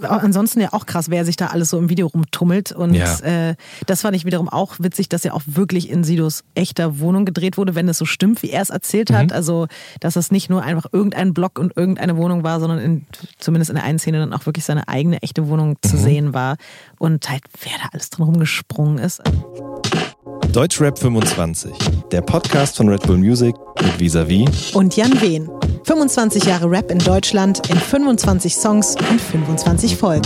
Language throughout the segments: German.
ansonsten ja auch krass, wer sich da alles so im Video rumtummelt. Und das fand ich wiederum auch witzig, dass ja auch wirklich in Sidos echter Wohnung gedreht wurde, wenn es so stimmt, wie er es erzählt hat. Also, dass es nicht nur einfach irgendein Block und irgendeine Wohnung war, sondern zumindest in der einen Szene dann auch wirklich seine eigene echte Wohnung zu sehen war. Und halt, wer da alles drin rumgesprungen ist. Deutschrap 25, der Podcast von Red Bull Music mit Vis-a-vis und Jan Wehn. 25 Jahre Rap in Deutschland in 25 Songs und 25 Folgen.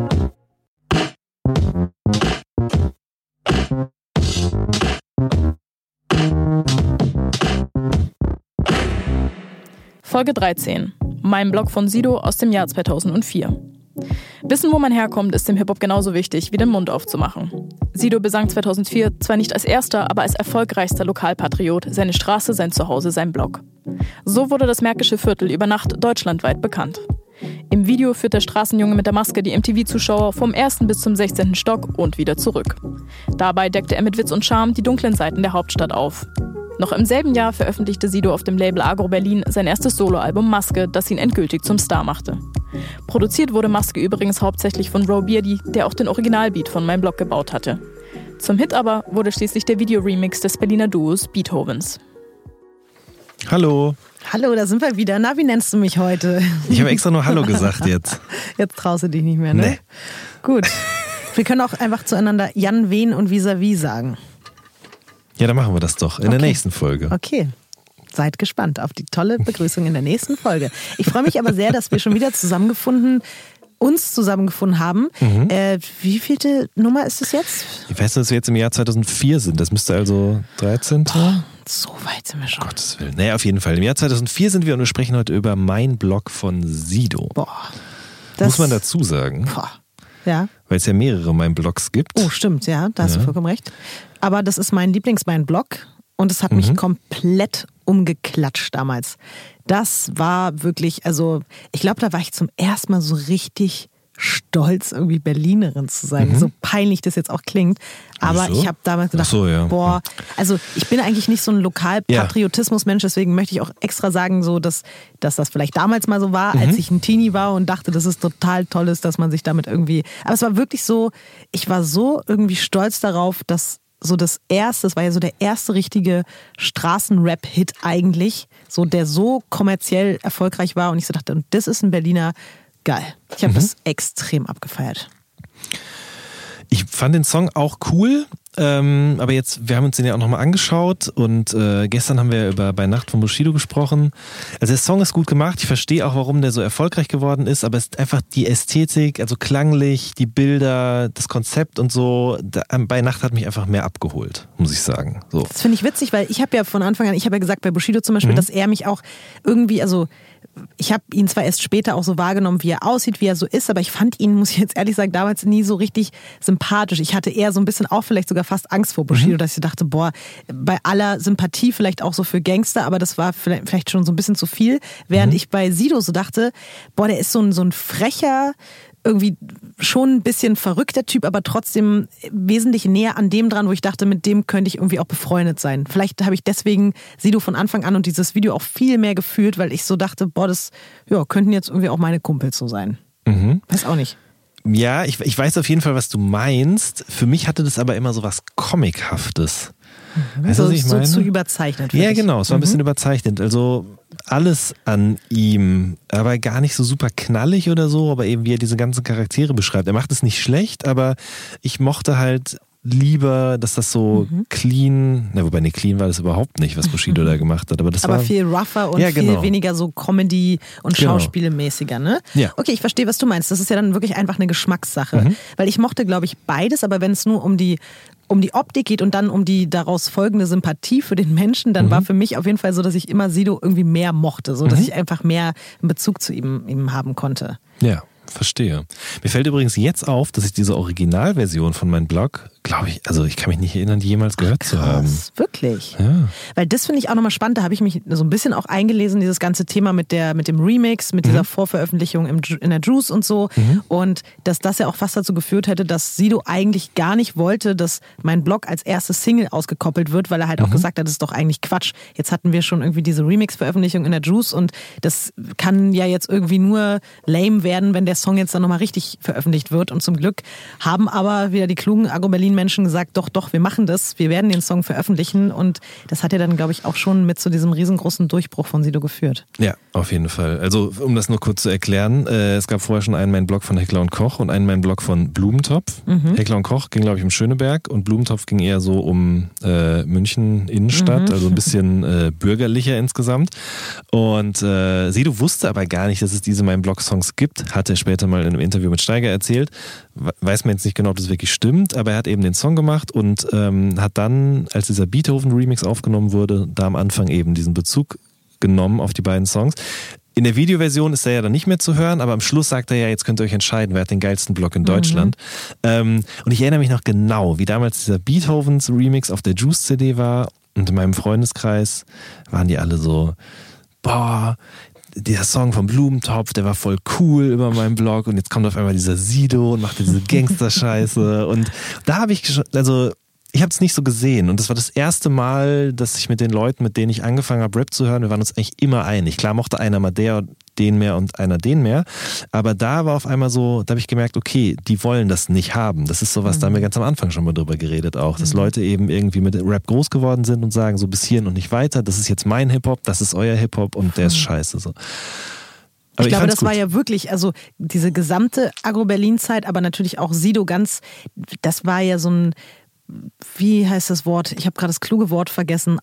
Folge 13. Mein Blog von Sido aus dem Jahr 2004. Wissen, wo man herkommt, ist dem Hip-Hop genauso wichtig, wie den Mund aufzumachen. Sido besang 2004 zwar nicht als erster, aber als erfolgreichster Lokalpatriot seine Straße, sein Zuhause, sein Blog. So wurde das Märkische Viertel über Nacht deutschlandweit bekannt. Im Video führt der Straßenjunge mit der Maske die MTV-Zuschauer vom 1. bis zum 16. Stock und wieder zurück. Dabei deckte er mit Witz und Charme die dunklen Seiten der Hauptstadt auf. Noch im selben Jahr veröffentlichte Sido auf dem Label Agro Berlin sein erstes Soloalbum Maske, das ihn endgültig zum Star machte. Produziert wurde Maske übrigens hauptsächlich von Ro Beardy, der auch den Originalbeat von Mein Blog gebaut hatte. Zum Hit aber wurde schließlich der Videoremix des Berliner Duos Beethovens. Hallo. Hallo, da sind wir wieder. Na, wie nennst du mich heute? Ich habe extra nur Hallo gesagt jetzt. Jetzt traust du dich nicht mehr, ne? Nee. Gut. Wir können auch einfach zueinander Jan Wehn und Vis-a-vis sagen. Ja, dann machen wir das doch in der nächsten Folge. Okay. Seid gespannt auf die tolle Begrüßung in der nächsten Folge. Ich freue mich aber sehr, dass wir schon wieder uns zusammengefunden haben. Wie vielte Nummer ist es jetzt? Ich weiß, dass wir jetzt im Jahr 2004 sind. Das müsste also 13. Boah, so weit sind wir schon. Gottes Willen. Naja, auf jeden Fall. Im Jahr 2004 sind wir und wir sprechen heute über Mein Blog von Sido. Boah. Muss man dazu sagen. Boah. Ja. Weil es ja mehrere Mein Blogs gibt. Oh, stimmt, ja, da hast du vollkommen recht. Aber das ist mein Mein Blog und es hat mich komplett umgeklatscht damals. Das war wirklich, also ich glaube, da war ich zum ersten Mal so richtig stolz, irgendwie Berlinerin zu sein. So peinlich das jetzt auch klingt. Aber ich habe damals gedacht, boah, also ich bin eigentlich nicht so ein Lokalpatriotismus-Mensch, deswegen möchte ich auch extra sagen, so, dass das vielleicht damals mal so war, als ich ein Teenie war und dachte, dass es total toll ist, dass man sich damit irgendwie, aber es war wirklich so, ich war so irgendwie stolz darauf, dass so das war ja so der erste richtige Straßenrap-Hit eigentlich, so der so kommerziell erfolgreich war und ich so dachte, und das ist ein Berliner, geil. Ich habe das extrem abgefeiert. Ich fand den Song auch cool, aber jetzt, wir haben uns den ja auch nochmal angeschaut und gestern haben wir über Bei Nacht von Bushido gesprochen. Also der Song ist gut gemacht, ich verstehe auch, warum der so erfolgreich geworden ist, aber es ist einfach die Ästhetik, also klanglich, die Bilder, das Konzept und so, Bei Nacht hat mich einfach mehr abgeholt, muss ich sagen. So. Das finde ich witzig, weil ich habe ja von Anfang an, ich habe ja gesagt bei Bushido zum Beispiel, dass er mich auch irgendwie, also ich habe ihn zwar erst später auch so wahrgenommen, wie er aussieht, wie er so ist, aber ich fand ihn, muss ich jetzt ehrlich sagen, damals nie so richtig sympathisch. Ich hatte eher so ein bisschen auch vielleicht sogar fast Angst vor Bushido, dass ich dachte, boah, bei aller Sympathie vielleicht auch so für Gangster, aber das war vielleicht schon so ein bisschen zu viel. Während ich bei Sido so dachte, boah, der ist so ein frecher, irgendwie schon ein bisschen verrückter Typ, aber trotzdem wesentlich näher an dem dran, wo ich dachte, mit dem könnte ich irgendwie auch befreundet sein. Vielleicht habe ich deswegen Sido von Anfang an und dieses Video auch viel mehr gefühlt, weil ich so dachte, boah, das könnten jetzt irgendwie auch meine Kumpels so sein. Weiß auch nicht. Ja, ich weiß auf jeden Fall, was du meinst. Für mich hatte das aber immer so was Comichaftes. Weißt du, was ich meine? So zu überzeichnet. Ja, genau, es war ein bisschen überzeichnet. Also alles an ihm, aber gar nicht so super knallig oder so, aber eben wie er diese ganzen Charaktere beschreibt. Er macht es nicht schlecht, aber ich mochte halt lieber, dass das so clean, wobei clean war das überhaupt nicht, was Bushido da gemacht hat. Aber war viel rougher und viel weniger so Comedy- und Schauspielmäßiger, ne? Ja. Okay, ich verstehe, was du meinst. Das ist ja dann wirklich einfach eine Geschmackssache. Weil ich mochte, glaube ich, beides, aber wenn es nur um die Optik geht und dann um die daraus folgende Sympathie für den Menschen, dann war für mich auf jeden Fall so, dass ich immer Sido irgendwie mehr mochte, so dass ich einfach mehr einen Bezug zu ihm haben konnte. Ja. Verstehe. Mir fällt übrigens jetzt auf, dass ich diese Originalversion von meinem Blog, glaube ich, also ich kann mich nicht erinnern, die jemals gehört zu haben. Wirklich? Ja. Weil das finde ich auch nochmal spannend, da habe ich mich so ein bisschen auch eingelesen, dieses ganze Thema mit dem Remix, mit dieser Vorveröffentlichung in der Juice und so und dass das ja auch fast dazu geführt hätte, dass Sido eigentlich gar nicht wollte, dass mein Blog als erste Single ausgekoppelt wird, weil er halt auch gesagt hat, das ist doch eigentlich Quatsch. Jetzt hatten wir schon irgendwie diese Remix-Veröffentlichung in der Juice und das kann ja jetzt irgendwie nur lame werden, wenn der Song jetzt dann nochmal richtig nicht veröffentlicht wird. Und zum Glück haben aber wieder die klugen Agro-Berlin-Menschen gesagt, doch, wir machen das, wir werden den Song veröffentlichen. Und das hat ja dann, glaube ich, auch schon mit zu diesem riesengroßen Durchbruch von Sido geführt. Ja, auf jeden Fall. Also um das nur kurz zu erklären, es gab vorher schon einen Main-Blog von Heckler & Koch und einen Main-Blog von Blumentopf. Heckler & Koch ging, glaube ich, um Schöneberg und Blumentopf ging eher so um München Innenstadt, also ein bisschen bürgerlicher insgesamt. Und Sido wusste aber gar nicht, dass es diese Main-Blog-Songs gibt, hat er später mal in einem Interview mit Steiger erzählt. Weiß man jetzt nicht genau, ob das wirklich stimmt, aber er hat eben den Song gemacht und hat dann, als dieser Beethoven-Remix aufgenommen wurde, da am Anfang eben diesen Bezug genommen auf die beiden Songs. In der Videoversion ist er ja dann nicht mehr zu hören, aber am Schluss sagt er ja, jetzt könnt ihr euch entscheiden, wer hat den geilsten Block in Deutschland. Und ich erinnere mich noch genau, wie damals dieser Beethovens Remix auf der Juice-CD war und in meinem Freundeskreis waren die alle so, boah, der Song vom Blumentopf, der war voll cool über meinem Blog und jetzt kommt auf einmal dieser Sido und macht diese Gangster-Scheiße und da habe ich ich habe es nicht so gesehen und das war das erste Mal, dass ich mit den Leuten, mit denen ich angefangen habe, Rap zu hören, wir waren uns eigentlich immer einig. Klar mochte einer mal den mehr und einer den mehr, aber da war auf einmal so, da habe ich gemerkt, okay, die wollen das nicht haben. Das ist sowas, da haben wir ganz am Anfang schon mal drüber geredet auch, dass Leute eben irgendwie mit Rap groß geworden sind und sagen, so bis hierhin und nicht weiter, das ist jetzt mein Hip-Hop, das ist euer Hip-Hop und der ist scheiße so. Aber ich glaube, das war ja wirklich, also diese gesamte Agro-Berlin-Zeit, aber natürlich auch Sido das war ja so ein, wie heißt das Wort? Ich habe gerade das kluge Wort vergessen.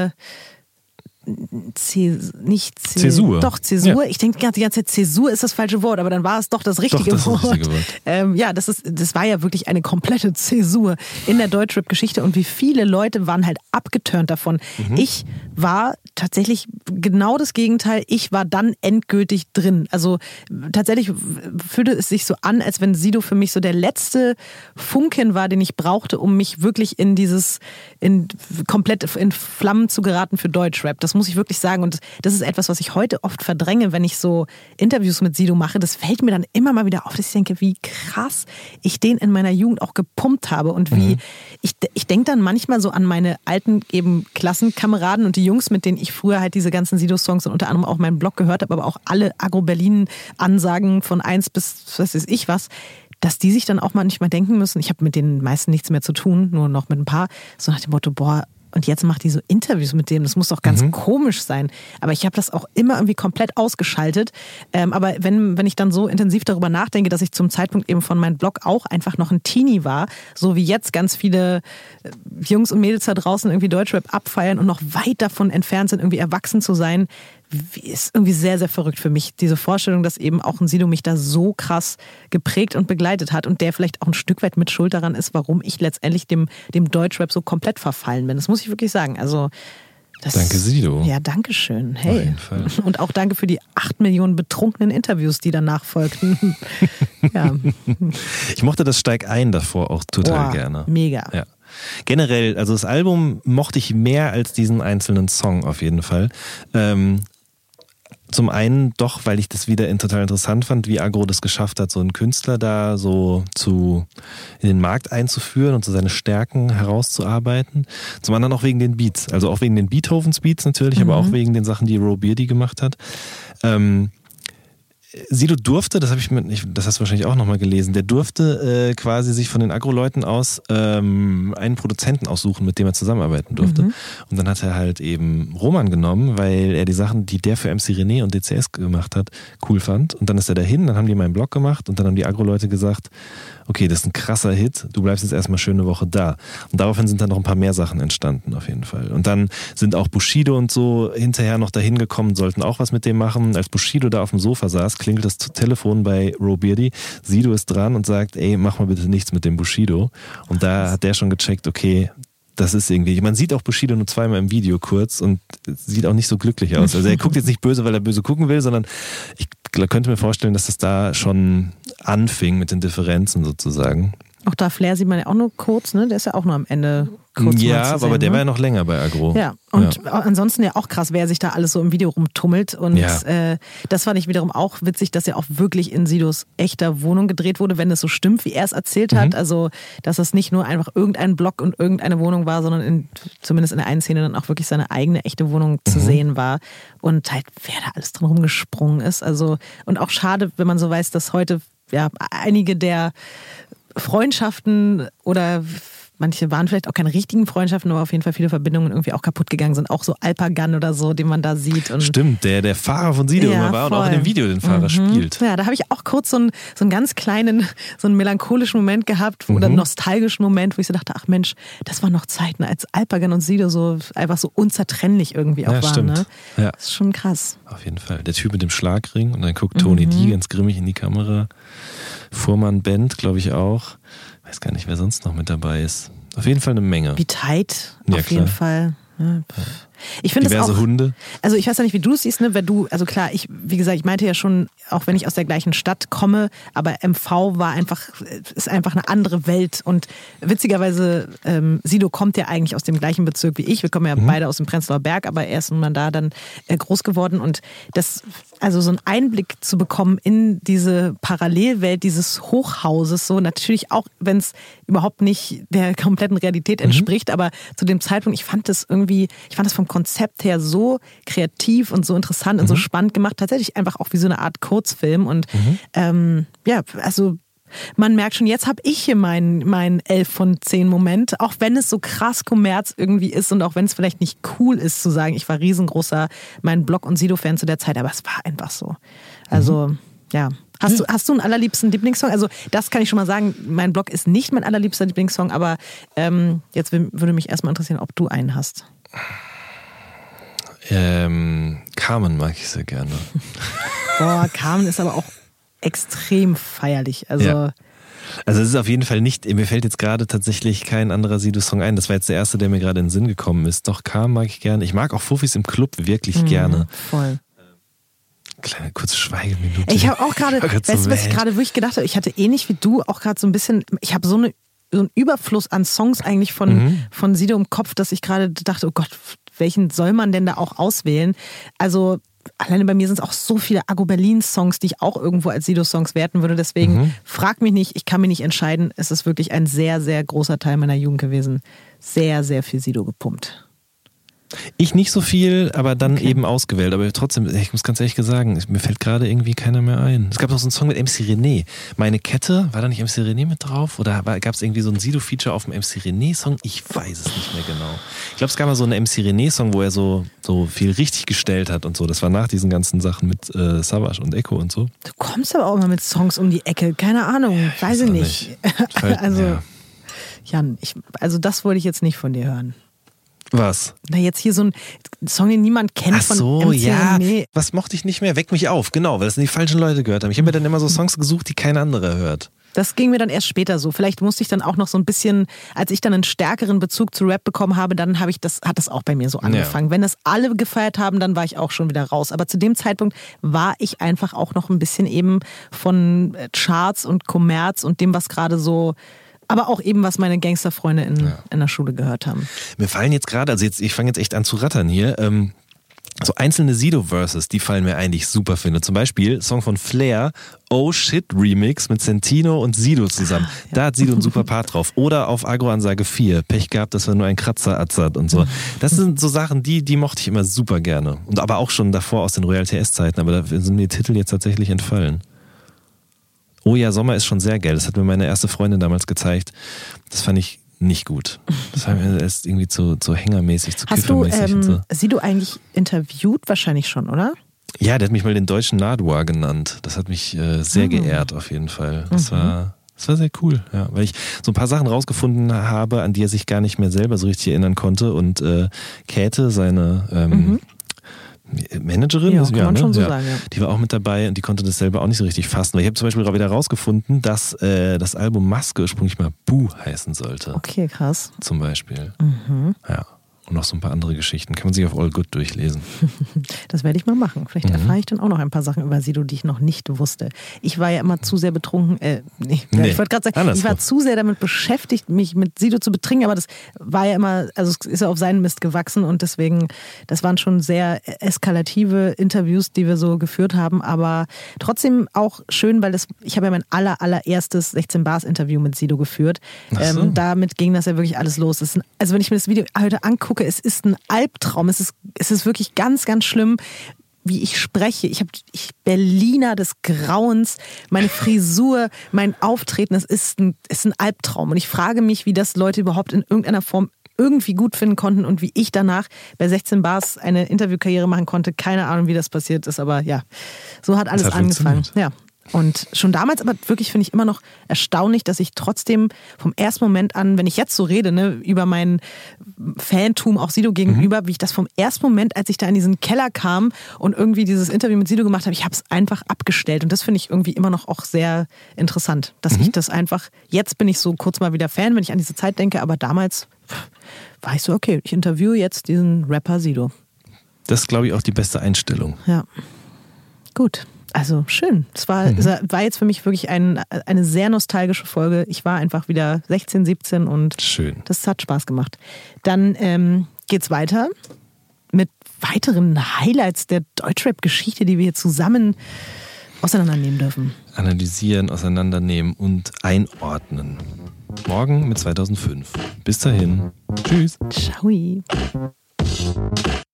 Zäsur. Doch, Zäsur. Ja. Ich denke die ganze Zeit, Zäsur ist das falsche Wort, aber dann war es doch das richtige Wort. Das war ja wirklich eine komplette Zäsur in der Deutschrap-Geschichte und wie viele Leute waren halt abgeturnt davon. Ich war tatsächlich genau das Gegenteil. Ich war dann endgültig drin. Also tatsächlich fühlte es sich so an, als wenn Sido für mich so der letzte Funken war, den ich brauchte, um mich wirklich komplett in Flammen zu geraten für Deutschrap. Das muss ich wirklich sagen. Und das ist etwas, was ich heute oft verdränge, wenn ich so Interviews mit Sido mache. Das fällt mir dann immer mal wieder auf, dass ich denke, wie krass ich den in meiner Jugend auch gepumpt habe. Und wie ich denke dann manchmal so an meine alten eben Klassenkameraden und die Jungs, mit denen ich früher halt diese ganzen Sido-Songs und unter anderem auch meinen Blog gehört habe, aber auch alle Agro-Berlin-Ansagen von 1 bis was weiß ich was, dass die sich dann auch manchmal denken müssen, ich habe mit den meisten nichts mehr zu tun, nur noch mit ein paar, so nach dem Motto, boah, und jetzt macht die so Interviews mit dem, das muss doch ganz komisch sein. Aber ich habe das auch immer irgendwie komplett ausgeschaltet. Aber wenn ich dann so intensiv darüber nachdenke, dass ich zum Zeitpunkt eben von meinem Blog auch einfach noch ein Teenie war, so wie jetzt ganz viele Jungs und Mädels da draußen irgendwie Deutschrap abfeiern und noch weit davon entfernt sind, irgendwie erwachsen zu sein, ist irgendwie sehr, sehr verrückt für mich. Diese Vorstellung, dass eben auch ein Sido mich da so krass geprägt und begleitet hat und der vielleicht auch ein Stück weit mit Schuld daran ist, warum ich letztendlich dem Deutschrap so komplett verfallen bin. Das muss ich wirklich sagen. Also danke, Sido. Ja, danke schön. Hey. Auf jeden Fall. Und auch danke für die 8 Millionen betrunkenen Interviews, die danach folgten. Ja. Ich mochte das Steig ein davor auch total gerne. Mega. Ja. Generell, also das Album mochte ich mehr als diesen einzelnen Song auf jeden Fall. Zum einen doch, weil ich das wieder total interessant fand, wie Agro das geschafft hat, so einen Künstler da so in den Markt einzuführen und so seine Stärken herauszuarbeiten. Zum anderen auch wegen den Beats, also auch wegen den Beethovens Beats natürlich, aber auch wegen den Sachen, die Ro Beardy gemacht hat. Sido durfte, das hast du wahrscheinlich auch nochmal gelesen, der durfte quasi sich von den Agro-Leuten aus einen Produzenten aussuchen, mit dem er zusammenarbeiten durfte. Und dann hat er halt eben Roman genommen, weil er die Sachen, die der für MC René und DCS gemacht hat, cool fand. Und dann ist er dahin, dann haben die meinen Blog gemacht und dann haben die Agro-Leute gesagt, okay, das ist ein krasser Hit, du bleibst jetzt erstmal schön eine Woche da. Und daraufhin sind dann noch ein paar mehr Sachen entstanden auf jeden Fall. Und dann sind auch Bushido und so hinterher noch dahin gekommen, sollten auch was mit dem machen. Als Bushido da auf dem Sofa saß, klingelt das Telefon bei Ro Beardy, Sido ist dran und sagt, ey, mach mal bitte nichts mit dem Bushido. Und da hat der schon gecheckt, okay, das ist irgendwie, man sieht auch Bushido nur zweimal im Video kurz und sieht auch nicht so glücklich aus. Also er guckt jetzt nicht böse, weil er böse gucken will, sondern ich könnte mir vorstellen, dass das da schon anfing mit den Differenzen sozusagen. Auch da Flair sieht man ja auch nur kurz, ne? Der ist ja auch nur am Ende kurz. Ja, zu sehen, aber der war ja noch länger bei Agro. Ja, und ansonsten ja auch krass, wer sich da alles so im Video rumtummelt. Und das fand ich wiederum auch witzig, dass ja auch wirklich in Sidos echter Wohnung gedreht wurde, wenn es so stimmt, wie er es erzählt hat. Also, dass es nicht nur einfach irgendein Block und irgendeine Wohnung war, sondern zumindest in der einen Szene dann auch wirklich seine eigene echte Wohnung zu sehen war. Und halt, wer da alles drin rumgesprungen ist. Also, und auch schade, wenn man so weiß, dass heute einige der Freundschaften oder manche waren vielleicht auch keine richtigen Freundschaften, aber auf jeden Fall viele Verbindungen irgendwie auch kaputt gegangen sind. Auch so Alpagan oder so, den man da sieht. Und stimmt, der Fahrer von Sido immer war und auch in dem Video den Fahrer spielt. Ja, da habe ich auch kurz so einen ganz kleinen, so einen melancholischen Moment gehabt oder einen nostalgischen Moment, wo ich so dachte, ach Mensch, das waren noch Zeiten, als Alpagan und Sido so einfach so unzertrennlich irgendwie auch waren. Stimmt. Ne? Ja. Das ist schon krass. Auf jeden Fall. Der Typ mit dem Schlagring und dann guckt Tony D ganz grimmig in die Kamera. Fuhrmann Band, glaube ich auch. Weiß gar nicht, wer sonst noch mit dabei ist. Auf jeden Fall eine Menge. Wie tight, auf jeden Fall. Ja. Ich finde diverse das auch, Hunde. Also ich weiß ja nicht, wie du es siehst, ne? Also klar, wie gesagt, ich meinte ja schon, auch wenn ich aus der gleichen Stadt komme, aber MV ist einfach eine andere Welt und witzigerweise, Sido kommt ja eigentlich aus dem gleichen Bezirk wie ich. Wir kommen ja beide aus dem Prenzlauer Berg, aber er ist nun mal da dann groß geworden und also so einen Einblick zu bekommen in diese Parallelwelt dieses Hochhauses, so natürlich auch, wenn es überhaupt nicht der kompletten Realität entspricht, aber zu dem Zeitpunkt, ich fand das vom Konzept her so kreativ und so interessant und so spannend gemacht, tatsächlich einfach auch wie so eine Art Kurzfilm und also man merkt schon, jetzt habe ich hier meinen 11 von 10 Moment, auch wenn es so krass Kommerz irgendwie ist und auch wenn es vielleicht nicht cool ist zu sagen, ich war riesengroßer mein Block- und Sido-Fan zu der Zeit, aber es war einfach so. Also, ja. Hast du einen allerliebsten Lieblingssong? Also das kann ich schon mal sagen, mein Block ist nicht mein allerliebster Lieblingssong, aber jetzt würde mich erstmal interessieren, ob du einen hast. Carmen mag ich sehr gerne. Boah, Carmen ist aber auch extrem feierlich. Also es ist auf jeden Fall nicht, mir fällt jetzt gerade tatsächlich kein anderer Sido-Song ein. Das war jetzt der erste, der mir gerade in den Sinn gekommen ist. Doch, Carmen mag ich gerne. Ich mag auch Fuffis im Club wirklich gerne. Voll. Kleine kurze Schweigeminute. Ich habe auch gerade, weißt du, was ich gerade wirklich gedacht habe? Ich hatte ähnlich wie du auch gerade so ein bisschen, ich habe so einen Überfluss an Songs eigentlich von Sido im Kopf, dass ich gerade dachte, oh Gott, welchen soll man denn da auch auswählen? Also alleine bei mir sind es auch so viele Aggo Berlin-Songs, die ich auch irgendwo als Sido-Songs werten würde. Deswegen frag mich nicht, ich kann mich nicht entscheiden. Es ist wirklich ein sehr, sehr großer Teil meiner Jugend gewesen. Sehr, sehr viel Sido gepumpt. Ich nicht so viel, aber dann eben ausgewählt. Aber trotzdem, ich muss ganz ehrlich sagen, mir fällt gerade irgendwie keiner mehr ein. Es gab noch so einen Song mit MC René. Meine Kette, war da nicht MC René mit drauf? Oder gab es irgendwie so ein Sido-Feature auf dem MC René-Song? Ich weiß es nicht mehr genau. Ich glaube, es gab mal so einen MC René-Song, wo er so viel richtig gestellt hat und so. Das war nach diesen ganzen Sachen mit Savage und Echo und so. Du kommst aber auch mal mit Songs um die Ecke. Keine Ahnung, weiß ich nicht. Jan, also das wollte ich jetzt nicht von dir hören. Was? Na, jetzt hier so ein Song, den niemand kennt. Ach so, von MC ja. René. Was mochte ich nicht mehr? Weck mich auf, genau, weil das die falschen Leute gehört haben. Ich habe mir dann immer so Songs gesucht, die kein anderer hört. Das ging mir dann erst später so. Vielleicht musste ich dann auch noch so ein bisschen, als ich dann einen stärkeren Bezug zu Rap bekommen habe, dann hat das auch bei mir so angefangen. Ja. Wenn das alle gefeiert haben, dann war ich auch schon wieder raus. Aber zu dem Zeitpunkt war ich einfach auch noch ein bisschen eben von Charts und Kommerz und dem, was gerade so, aber auch eben, was meine Gangsterfreunde in der Schule gehört haben. Mir fallen jetzt gerade, also ich fange jetzt echt an zu rattern hier, so einzelne Sido-Verses, die fallen mir eigentlich super finde. Zum Beispiel Song von Flair, Oh Shit Remix mit Sentino und Sido zusammen. Ja. Da hat Sido einen super Part drauf. Oder auf Agro-Ansage 4, Pech gehabt, das war nur ein Kratzer, Azad und so. Das sind so Sachen, die mochte ich immer super gerne. Und aber auch schon davor aus den Royal TS-Zeiten, aber da sind mir die Titel jetzt tatsächlich entfallen. Oh ja, Sommer ist schon sehr geil. Das hat mir meine erste Freundin damals gezeigt. Das fand ich nicht gut. Das war mir erst irgendwie zu hängermäßig, zu kiffermäßig. Hast du und so. Sido eigentlich interviewt? Wahrscheinlich schon, oder? Ja, der hat mich mal den deutschen Nardwar genannt. Das hat mich sehr geehrt auf jeden Fall. Das war sehr cool, ja, weil ich so ein paar Sachen rausgefunden habe, an die er sich gar nicht mehr selber so richtig erinnern konnte. Und Käthe, seine Managerin, ja, kann man schon so sagen, ja. Die war auch mit dabei und die konnte das selber auch nicht so richtig fassen. Weil ich habe zum Beispiel wieder rausgefunden, dass das Album Maske ursprünglich mal Boo heißen sollte. Okay, krass. Zum Beispiel. Ja. Und noch so ein paar andere Geschichten. Kann man sich auf All Good durchlesen. Das werde ich mal machen. Vielleicht erfahre ich dann auch noch ein paar Sachen über Sido, die ich noch nicht wusste. Ich war ja immer zu sehr betrunken. Ich wollte gerade sagen, ich war zu sehr damit beschäftigt, mich mit Sido zu betrinken, aber das war ja immer, also es ist ja auf seinen Mist gewachsen und deswegen, das waren schon sehr eskalative Interviews, die wir so geführt haben, aber trotzdem auch schön, weil ich habe ja mein allererstes 16 Bars Interview mit Sido geführt. So. Damit ging das ja wirklich alles los. Also wenn ich mir das Video heute angucke, es ist ein Albtraum. Es ist wirklich ganz, ganz schlimm. wie ich spreche. Ich Berliner des Grauens, meine Frisur, mein Auftreten, das ist ein Albtraum. Und ich frage mich, wie das Leute überhaupt in irgendeiner Form irgendwie gut finden konnten und wie ich danach bei 16 Bars eine Interviewkarriere machen konnte. Keine Ahnung, wie das passiert ist, aber ja, so hat alles angefangen. Ja. Und schon damals aber wirklich finde ich immer noch erstaunlich, dass ich trotzdem vom ersten Moment an, wenn ich jetzt so rede, ne, über mein Fantum auch Sido gegenüber, wie ich das vom ersten Moment, als ich da in diesen Keller kam und irgendwie dieses Interview mit Sido gemacht habe, ich habe es einfach abgestellt. Und das finde ich irgendwie immer noch auch sehr interessant, dass ich das einfach, jetzt bin ich so kurz mal wieder Fan, wenn ich an diese Zeit denke, aber damals war ich so, okay, ich interviewe jetzt diesen Rapper Sido. Das ist, glaube ich, auch die beste Einstellung. Ja, gut. Also schön. Es war jetzt für mich wirklich eine sehr nostalgische Folge. Ich war einfach wieder 16, 17 und schön. Das hat Spaß gemacht. Dann geht's weiter mit weiteren Highlights der Deutschrap-Geschichte, die wir hier zusammen auseinandernehmen dürfen. Analysieren, auseinandernehmen und einordnen. Morgen mit 2005. Bis dahin. Tschüss. Ciao.